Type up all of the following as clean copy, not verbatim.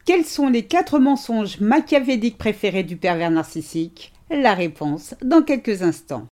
Quels sont les 4 mensonges machiavéliques préférés du pervers narcissique? La réponse dans quelques instants.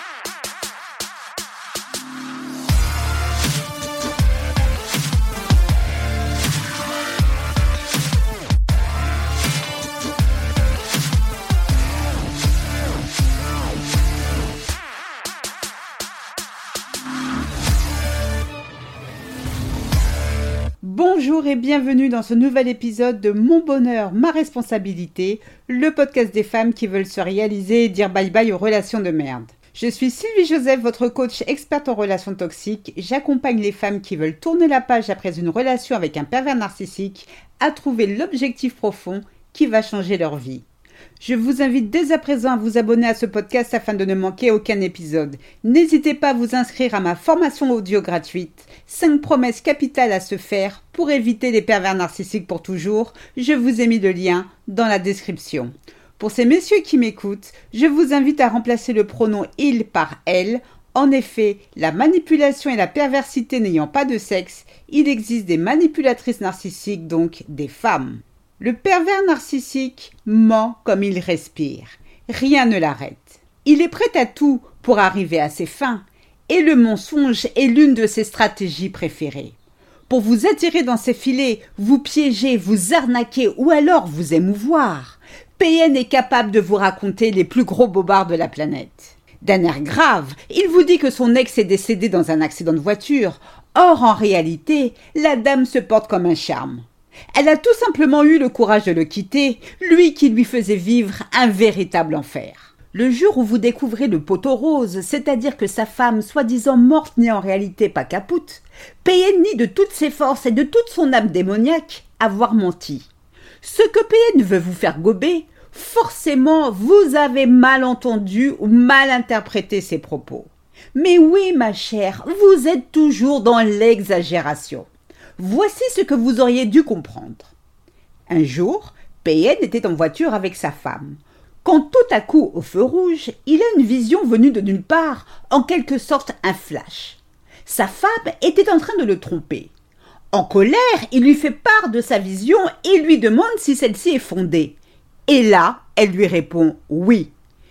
Bonjour et bienvenue dans ce nouvel épisode de Mon bonheur, ma responsabilité, le podcast des femmes qui veulent se réaliser et dire bye bye aux relations de merde. Je suis Sylvie Joseph, votre coach experte en relations toxiques. J'accompagne les femmes qui veulent tourner la page après une relation avec un pervers narcissique à trouver l'objectif profond qui va changer leur vie. Je vous invite dès à présent à vous abonner à ce podcast afin de ne manquer aucun épisode. N'hésitez pas à vous inscrire à ma formation audio gratuite. 5 promesses capitales à se faire pour éviter les pervers narcissiques pour toujours. Je vous ai mis le lien dans la description. Pour ces messieurs qui m'écoutent, je vous invite à remplacer le pronom « il » par « elle ». En effet, la manipulation et la perversité n'ayant pas de sexe, il existe des manipulatrices narcissiques, donc des femmes. Le pervers narcissique ment comme il respire. Rien ne l'arrête. Il est prêt à tout pour arriver à ses fins. Et le mensonge est l'une de ses stratégies préférées. Pour vous attirer dans ses filets, vous piéger, vous arnaquer ou alors vous émouvoir, PN est capable de vous raconter les plus gros bobards de la planète. D'un air grave, il vous dit que son ex est décédé dans un accident de voiture. Or, en réalité, la dame se porte comme un charme. Elle a tout simplement eu le courage de le quitter, lui qui lui faisait vivre un véritable enfer. Le jour où vous découvrez le poteau rose, c'est-à-dire que sa femme, soi-disant morte, n'est en réalité pas capoute, PN nie de toutes ses forces et de toute son âme démoniaque avoir menti. Ce que PN veut vous faire gober, forcément vous avez mal entendu ou mal interprété ses propos. Mais oui, ma chère, vous êtes toujours dans l'exagération. Voici ce que vous auriez dû comprendre. Un jour, PN était en voiture avec sa femme. Quand tout à coup, au feu rouge, il a une vision venue de nulle part, en quelque sorte un flash. Sa femme était en train de le tromper. En colère, il lui fait part de sa vision et lui demande si celle-ci est fondée. Et là, elle lui répond oui.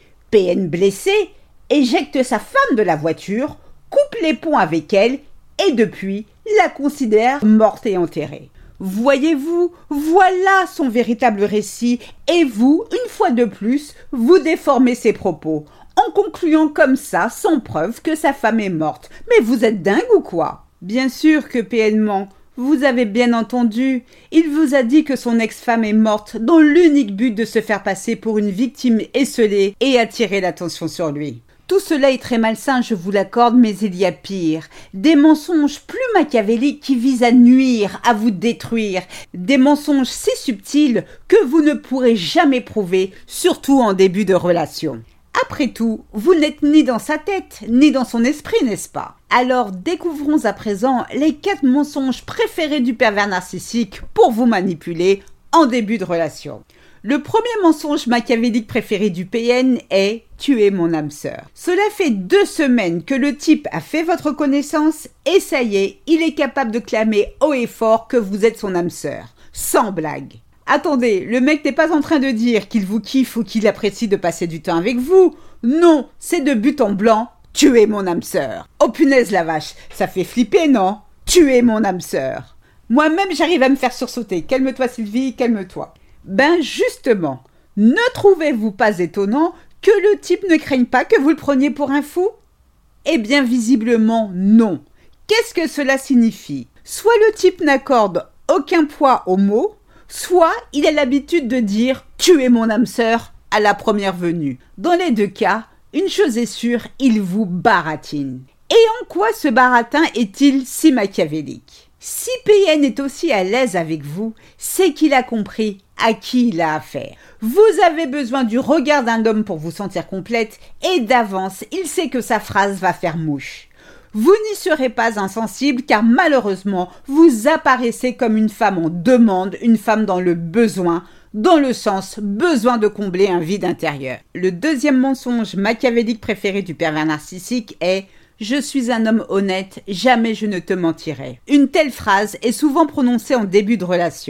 PN blessé, éjecte sa femme de la voiture, coupe les ponts avec elle et depuis, la considère morte et enterrée. Voyez-vous, voilà son véritable récit et vous, une fois de plus, vous déformez ses propos en concluant comme ça, sans preuve, que sa femme est morte. Mais vous êtes dingue ou quoi? Bien sûr que PN ment. Vous avez bien entendu, il vous a dit que son ex-femme est morte dans l'unique but de se faire passer pour une victime esseulée et attirer l'attention sur lui. Tout cela est très malsain, je vous l'accorde, mais il y a pire. Des mensonges plus machiavéliques qui visent à nuire, à vous détruire. Des mensonges si subtils que vous ne pourrez jamais prouver, surtout en début de relation. Après tout, vous n'êtes ni dans sa tête, ni dans son esprit, n'est-ce pas? Alors découvrons à présent les 4 mensonges préférés du pervers narcissique pour vous manipuler en début de relation. Le premier mensonge machiavélique préféré du PN est « tu es mon âme sœur ». Cela fait 2 semaines que le type a fait votre connaissance et ça y est, il est capable de clamer haut et fort que vous êtes son âme sœur. Sans blague. Attendez, le mec n'est pas en train de dire qu'il vous kiffe ou qu'il apprécie de passer du temps avec vous. Non, c'est de but en blanc « tu es mon âme sœur ». Oh punaise la vache, ça fait flipper, non? Tu es mon âme sœur. Moi-même, j'arrive à me faire sursauter. Calme-toi Sylvie, calme-toi. Ben justement, ne trouvez-vous pas étonnant que le type ne craigne pas que vous le preniez pour un fou? Eh bien visiblement non. Qu'est-ce que cela signifie? Soit le type n'accorde aucun poids aux mots, soit il a l'habitude de dire « tu es mon âme sœur » à la première venue. Dans les 2 cas, une chose est sûre, il vous baratine. Et en quoi ce baratin est-il si machiavélique? Si PN est aussi à l'aise avec vous, c'est qu'il a compris à qui il a affaire. Vous avez besoin du regard d'un homme pour vous sentir complète et d'avance, il sait que sa phrase va faire mouche. Vous n'y serez pas insensible car malheureusement, vous apparaissez comme une femme en demande, une femme dans le besoin, dans le sens besoin de combler un vide intérieur. Le deuxième mensonge machiavélique préféré du pervers narcissique est « Je suis un homme honnête, jamais je ne te mentirai ». Une telle phrase est souvent prononcée en début de relation.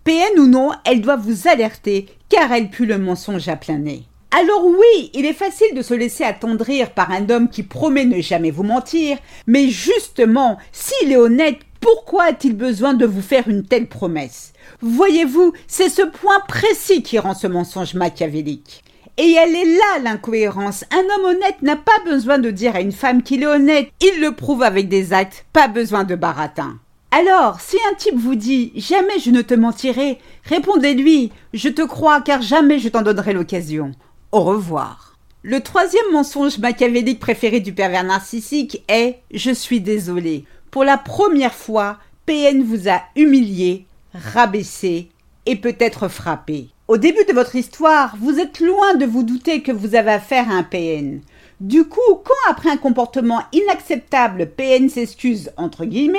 PN ou non, elle doit vous alerter car elle pue le mensonge à plein nez. Alors oui, il est facile de se laisser attendrir par un homme qui promet ne jamais vous mentir, mais justement, s'il est honnête, pourquoi a-t-il besoin de vous faire une telle promesse? Voyez-vous, c'est ce point précis qui rend ce mensonge machiavélique. Et elle est là l'incohérence. Un homme honnête n'a pas besoin de dire à une femme qu'il est honnête, il le prouve avec des actes, pas besoin de baratin. Alors, si un type vous dit « Jamais je ne te mentirai », répondez-lui « Je te crois car jamais je t'en donnerai l'occasion. Au revoir ». Le troisième mensonge machiavélique préféré du pervers narcissique est « Je suis désolé ». Pour la première fois, PN vous a humilié, rabaissé et peut-être frappé. Au début de votre histoire, vous êtes loin de vous douter que vous avez affaire à un PN. Du coup, quand après un comportement inacceptable, PN s'excuse entre guillemets,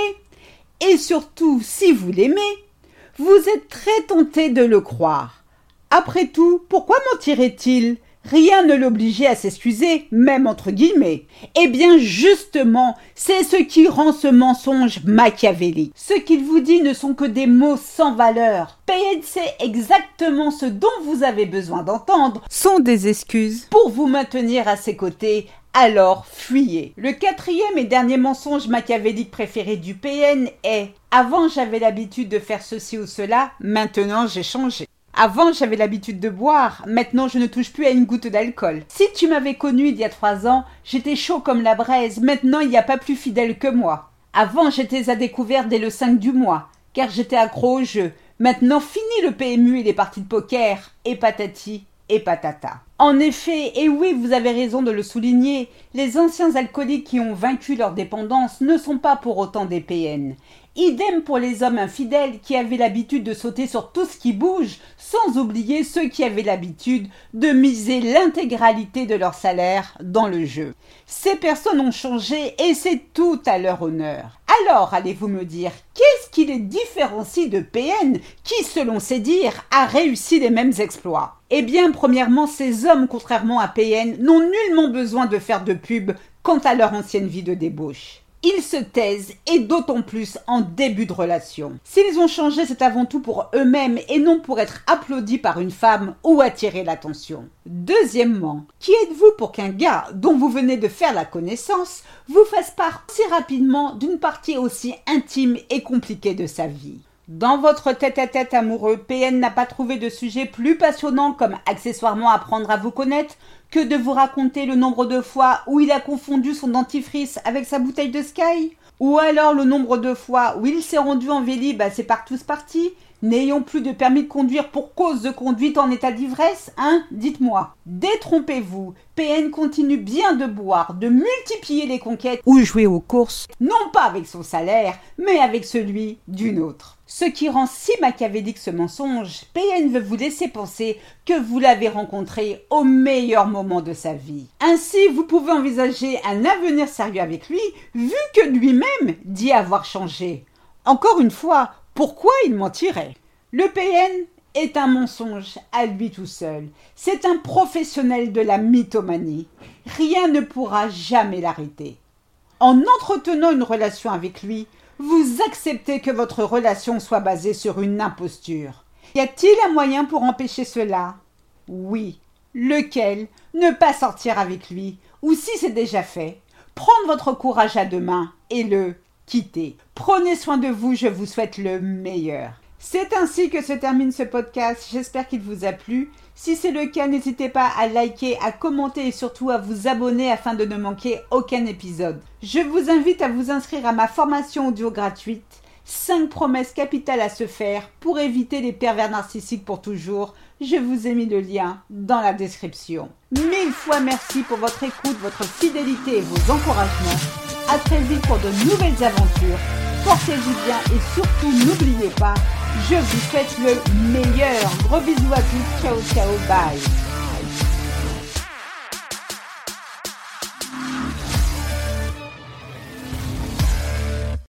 et surtout, si vous l'aimez, vous êtes très tenté de le croire. Après tout, pourquoi mentirait-il? Rien ne l'obligeait à s'excuser, même entre guillemets. Eh bien, justement, c'est ce qui rend ce mensonge machiavélique. Ce qu'il vous dit ne sont que des mots sans valeur. PN sait exactement ce dont vous avez besoin d'entendre, sont des excuses pour vous maintenir à ses côtés. Alors, fuyez. Le quatrième et dernier mensonge machiavélique préféré du PN est « Avant, j'avais l'habitude de faire ceci ou cela, maintenant j'ai changé. Avant, j'avais l'habitude de boire, maintenant je ne touche plus à une goutte d'alcool. Si tu m'avais connu il y a 3 ans, j'étais chaud comme la braise, maintenant il n'y a pas plus fidèle que moi. Avant, j'étais à découvert dès le 5 du mois, car j'étais accro au jeu. Maintenant, fini le PMU et les parties de poker, et patati et patata. » En effet, et oui, vous avez raison de le souligner, les anciens alcooliques qui ont vaincu leur dépendance ne sont pas pour autant des PN. Idem pour les hommes infidèles qui avaient l'habitude de sauter sur tout ce qui bouge, sans oublier ceux qui avaient l'habitude de miser l'intégralité de leur salaire dans le jeu. Ces personnes ont changé et c'est tout à leur honneur. Alors, allez-vous me dire, qu'est-ce qui les différencie de PN qui, selon ses dires, a réussi les mêmes exploits? Eh bien, premièrement, ces hommes, contrairement à PN, n'ont nullement besoin de faire de pub quant à leur ancienne vie de débauche. Ils se taisent et d'autant plus en début de relation. S'ils ont changé, c'est avant tout pour eux-mêmes et non pour être applaudis par une femme ou attirer l'attention. Deuxièmement, qui êtes-vous pour qu'un gars dont vous venez de faire la connaissance vous fasse part si rapidement d'une partie aussi intime et compliquée de sa vie? Dans votre tête-à-tête amoureux, PN n'a pas trouvé de sujet plus passionnant comme accessoirement apprendre à vous connaître que de vous raconter le nombre de fois où il a confondu son dentifrice avec sa bouteille de Sky? Ou alors le nombre de fois où il s'est rendu en Vélib à ses partous parties, n'ayant plus de permis de conduire pour cause de conduite en état d'ivresse, hein? Dites-moi. Détrompez-vous, PN continue bien de boire, de multiplier les conquêtes ou jouer aux courses, non pas avec son salaire, mais avec celui d'une autre. Ce qui rend si machiavélique ce mensonge, PN veut vous laisser penser que vous l'avez rencontré au meilleur moment de sa vie. Ainsi, vous pouvez envisager un avenir sérieux avec lui, vu que lui-même dit avoir changé. Encore une fois, pourquoi il mentirait? Le PN est un mensonge à lui tout seul. C'est un professionnel de la mythomanie. Rien ne pourra jamais l'arrêter. En entretenant une relation avec lui, vous acceptez que votre relation soit basée sur une imposture. Y a-t-il un moyen pour empêcher cela? Oui. Lequel? Ne pas sortir avec lui, ou si c'est déjà fait, prendre votre courage à deux mains et le quitter. Prenez soin de vous, je vous souhaite le meilleur. C'est ainsi que se termine ce podcast, j'espère qu'il vous a plu. Si c'est le cas, n'hésitez pas à liker, à commenter et surtout à vous abonner afin de ne manquer aucun épisode. Je vous invite à vous inscrire à ma formation audio gratuite, 5 promesses capitales à se faire pour éviter les pervers narcissiques pour toujours. Je vous ai mis le lien dans la description. 1000 fois merci pour votre écoute, votre fidélité et vos encouragements. À très vite pour de nouvelles aventures. Portez-vous bien et surtout n'oubliez pas, je vous souhaite le meilleur. Gros bisous à tous. Ciao, ciao, bye.